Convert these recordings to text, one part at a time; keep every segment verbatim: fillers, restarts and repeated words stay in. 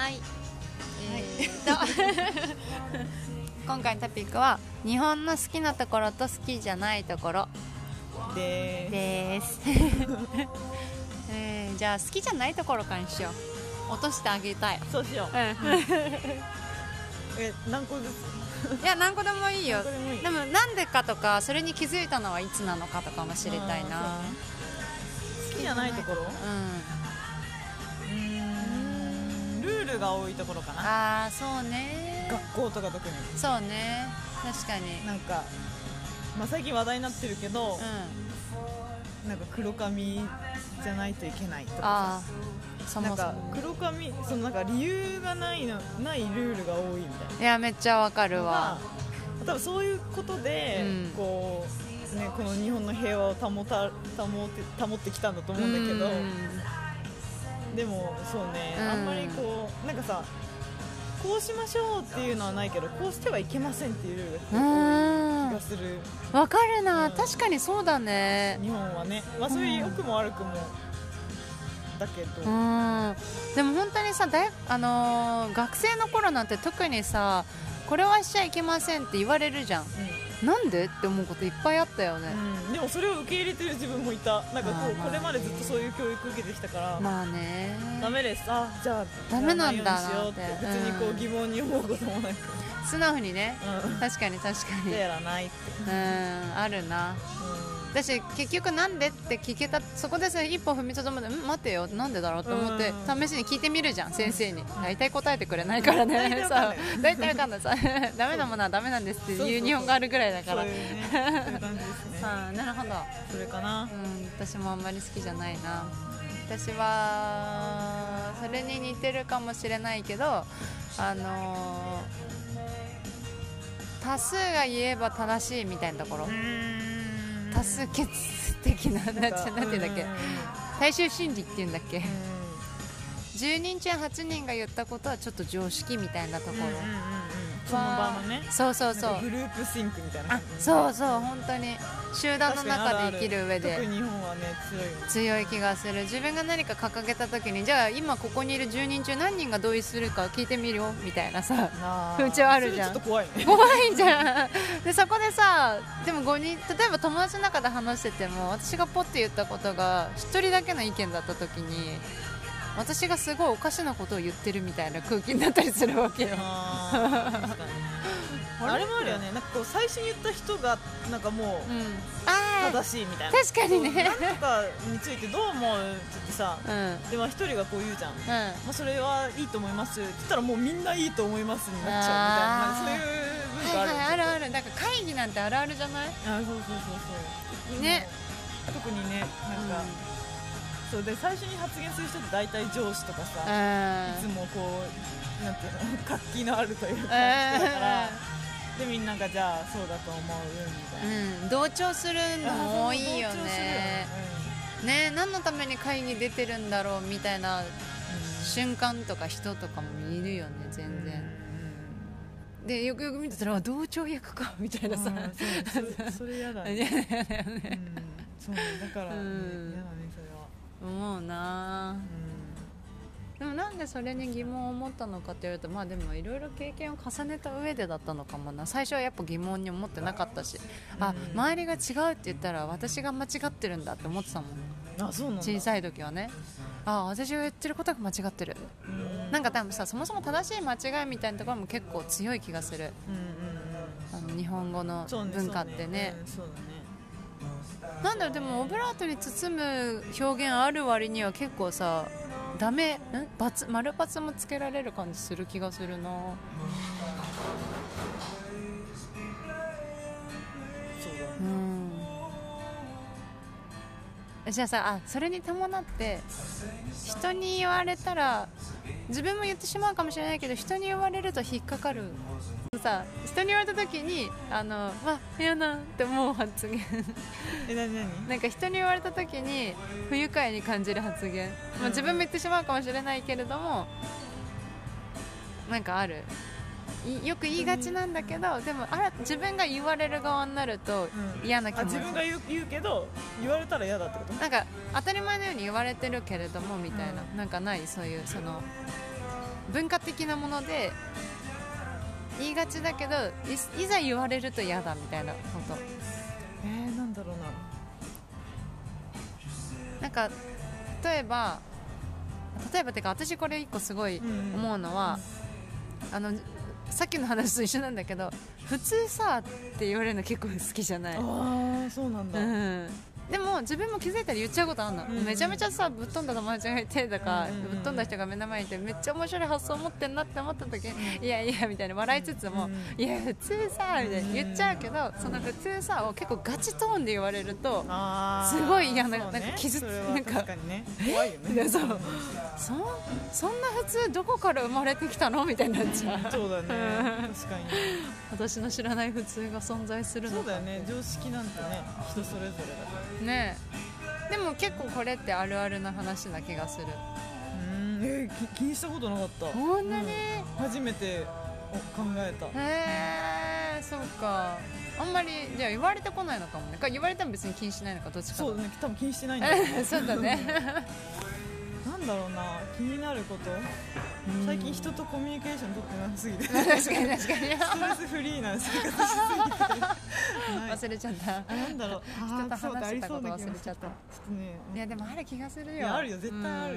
はい、えー、っと今回のトピックは日本の好きなところと好きじゃないところでです、えー、じゃあ好きじゃないところからにしよう。落としてあげたい。 そうしよう、 うん、 え何個ずついや何個でもいいよ。 何個でもいい。 でもなんでかとかそれに気づいたのはいつなのかとかも知りたいな、 あーそうね、好きじゃないところ、 うん、 うーんルールが多いところかな。 ああそうね、 学校とか特にそうね、確かに。 なんか、まあ、最近話題になってるけど、 うん、 なんか黒髪じゃないといけないとかああそさ、なんかもそも黒髪、そのなんか理由がないのないルールが多いみたいいやめっちゃわかなのがるわ。 多分そういうことで、 うんこうね、この日本の平和を保た保って保ってきたんだと思うんだけど、でもそうね、 うんあんまりこうなんかさ、こうしましょうっていうのはないけど、こうしてはいけませんっていうルールが多い気がする。 わかるな、 うん確かにそうだね。 日本はね、まあ、そういう良くも悪くもだけど、 うん、でも本当にさ、大あのー学生の頃なんて特にさ、これはしちゃいけませんって言われるじゃん。なんでって思うこといっぱいあったよね。 うん、でもそれを受け入れてる自分もいた。なんかこう、 まあまあこれまでずっとそういう教育受けてきたから、 まあね、 ダメです、あ、じゃあダメなんだなやらないようにしようって、別にこううん疑問に思うこともなく、 素直にね、 うん、 確かに確かに、 じゃあやらないって、 うんあるな。私結局なんでって聞けた、そこでさ一歩踏みとどまって、ん待てよなんでだろうって思って試しに聞いてみるじゃん、先生に。大体答えてくれないからね。さ大体わかんないさダメなものはダメなんですっていう日本があるぐらいだから。 そういうね、そういう感じですね。 あーなるほど、 それかな。 うん、私もあんまり好きじゃないな。私はそれに似てるかもしれないけど、あのー多数が言えば正しいみたいなところ、多数決的な、なんてなんていうんだっけ、大衆心理っていうんだっけ、じゅうにん中はちにんが言ったことはちょっと常識みたいなところ、 その場のね、 そうそうそう、 グループシンクみたいなあ感じ。 そうそう、本当に集団の中で生きる上で特に日本はね、強いよね。 強い気がする。自分が何か掲げた時に、じゃあ今ここにいるじゅうにん中何人が同意するか聞いてみるよみたいなさあー風潮あるじゃん。 それちょっと怖いね。 怖いじゃん。でそこでさ、でもごにん、例えば友達の中で話してても、私がポッて言ったことがひとりだけの意見だった時に、私がすごいおかしなことを言ってるみたいな空気になったりするわけよ。 あー確かにあれもあるよね、なんかこう最初に言った人がなんかもううん、あ正しいみたいな、 確かにねこうなんとかについてどう思うって言ってさ、 あ、うんでまあ一人がこう言うじゃん、 うん、 まあ、それはいいと思いますって言ったら、もうみんないいと思いますになっちゃうみたいな、なんかそういう文化ある。 はいはい、あるある。なんか会議なんてあるあるじゃない。 あ、そうそうそうそうね、 特にね、なんか、そうで最初に発言する人って大体上司とかさ、 うんいつもこうなんていうの、活気のあるというか人だかうんら、でみんながじゃあそうだと思うみたいな、 うん、同調するのも多いよ同調するよね。ね、何のために会議出てるんだろうみたいな瞬間とか人とかもいるよね、全然。でよくよく見てたら同調役かみたいなさ、 うんそうそそれ嫌だね、 嫌だよね。 うんそうね、だから、ねうん嫌だねそれは、 思うな。でもなんでそれに疑問を持ったのかって言われると、まあでもいろいろ経験を重ねた上でだったのかもな。最初はやっぱ疑問に思ってなかったし、あ、周りが違うって言ったら私が間違ってるんだって思ってたもん、 うん、あ、そうなんだ。 小さい時はね。あ、私が言ってることが間違ってる、 うんなんか多分さ、そもそも正しい間違いみたいなところも結構強い気がする、 うんうんうん、 あの日本語のそうね文化ってね。 そうね、 なんだろう、でもオブラートに包む表現ある割には結構さ、ダメ、ん×丸×もつけられる感じする気がするな。 そうだね、 うん、じゃあさ、あ、それに伴って人に言われたら、自分も言ってしまうかもしれないけど、人に言われると引っかかるさ、人に言われた時に、あの、わ、嫌だって思う発言え、なになに、 なんか人に言われた時に不愉快に感じる発言、まあ、自分も言ってしまうかもしれないけれども、なんかある、いよく言いがちなんだけど、でもあら自分が言われる側になると嫌な気あ、 持ち、 自分が言う、言うけど言われたら嫌だってこと？ なんか当たり前のように言われてるけれどもみたいな、なんかない、そういうその文化的なもので言いがちだけど い, いざ言われると嫌だみたいなこと。 えー、なんだろうな。 なんか例えば例えばてか私これ一個すごい思うのは、うんうん、あのさっきの話と一緒なんだけど普通さって言われるの結構好きじゃない？ ああそうなんだ、うん、 でも自分も気づいたら言っちゃうことあるの、うんうん、めちゃめちゃさぶっ飛んだ友達がいてとか、うんうん、ぶっ飛んだ人が目の前にいてめっちゃ面白い発想持ってんなって思った時、うん、いやいやみたいな笑いつつも、うん、いや普通さみたいな言っちゃうけど、その普通さを結構ガチトーンで言われるとすごい嫌な、なんか傷つなんか怖いよね。 そうそ, そんな普通どこから生まれてきたのみたいになっちゃう。 そうだね確かに私の知らない普通が存在するのか。 そうだよね、常識なんてね人それぞれだからね。でも結構これってあるあるな話な気がする。 うーん、えー、気にしたことなかった。 ほんなに、 うん、初めて考えた。 へー、そうか。あんまりじゃあ言われてこないのかもね。言われても別に気にしないのかどっちか。 そうだね、多分気にしてないんだよねそうだねなんだろうな、気になること。最近人とコミュニケーション取ってなすぎて確かに確かにストレスフリーな生活しすぎて忘れちゃった。 あ、なんだろう、 人と話してたこと忘れちゃった。 ね、 いやでもある気がするよ。 いやあるよ、絶対あるよ。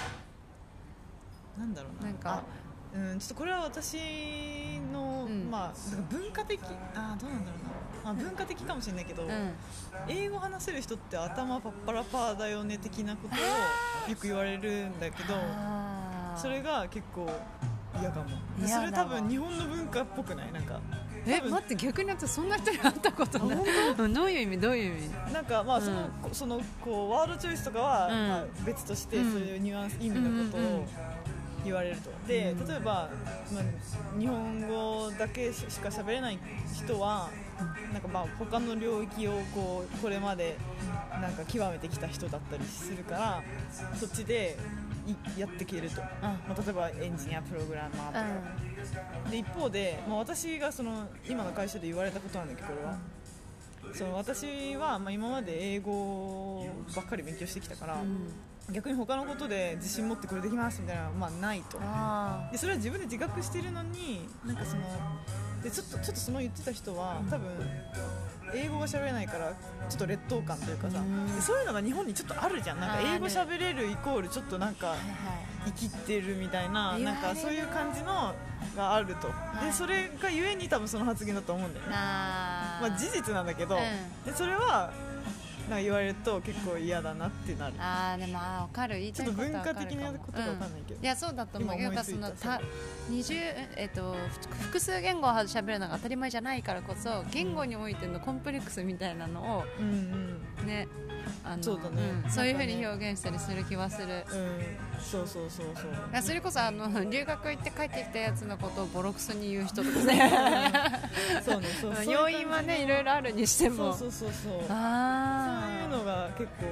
なんだろうな、 なんかうん、ちょっとこれは私の、うん、まあ文化的、あ、どうなんだろうな、あ、文化的かもしれないけど、うん、英語話せる人って頭パッパラパーだよね的なことをよく言われるんだけど、それが結構嫌かも。それ多分日本の文化っぽくない？なんかえ、待って、逆に言うとそんな人に会ったことない。どういう意味どういう意味？ なんかまあその、うん、そのこうワードチョイスとかは、うん、まあ、別として、そういうニュアンス、意味のことを言われると。で、例えば、まあ、日本語だけしか喋れない人はなんかまあ他の領域をこうこれまでなんか極めてきた人だったりするから、そっちでやっていけると、うん、まあ、例えばエンジニア、プログラマーとか、うん、で一方で、まあ、私がその今の会社で言われたことなんだけど、これは、うん、その私はまあ今まで英語ばっかり勉強してきたから、うん、逆に他のことで自信持ってこれできますみたいなのはまあないと。でそれは自分で自覚してるのに、なんかそのでちょっとちょっとその言ってた人は多分英語が喋れないからちょっと劣等感というかさ、でそういうのが日本にちょっとあるじゃん。なんか英語喋れるイコールちょっとなんか生きてるみたいな、なんかそういう感じのがあると。でそれがゆえに多分その発言だと思うんだよね。まあ事実なんだけど、でそれはなんか言われると結構嫌だなってなる。 あーでもあー分かる、言いたいことは分かるかも。 ちょっと文化的なことか分かんないけど、うん、 いやそうだと思う。やっぱそのたにじゅう、えっと、複数言語を喋るのが当たり前じゃないからこそ、言語においてのコンプレックスみたいなのを、うんうん、ね、あの、そうだね、うん、そういう風に表現したりする気はする、うん、 そうそうそうそう。 いやそれこそあの留学行って帰ってきたやつのことをボロクソに言う人とかねそうね、そうそう、 要因はねいろいろあるにしても、 そうそうそうそう、 あそういうのが結構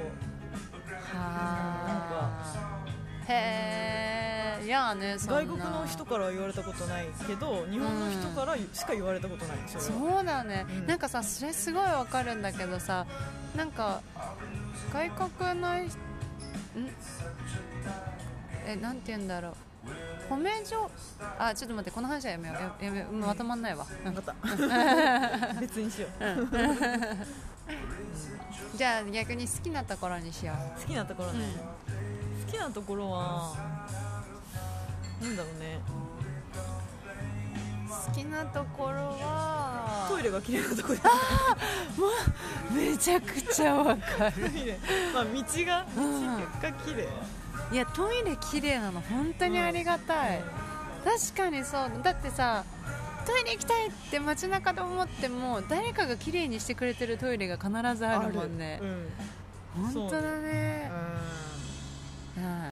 はー、へー、いやね、そんな外国の人から言われたことないけど日本の人からしか言われたことない、 うん、そうだね、うん、なんかさそれすごいわかるんだけどさ、なんか外国のんえなんて言うんだろう、褒め上、あ、ちょっと待って、この話はやめよう、やめよう、まとまんないわ。 分かった別にしよう、うん、 じゃあ逆に好きなところにしよう。 好きなところね、うん、好きなところはなんだろうね、 好きなところはトイレが綺麗なところ。 あー、もうめちゃくちゃわかるトイレ、まあ、道が道が綺麗、 いやトイレ綺麗なの本当にありがたい、うん、確かにそうだってさ、トイレ行きたいって街中で思っても誰かが綺麗にしてくれてるトイレが必ずあるもんね、うん、本当だね、うん、うん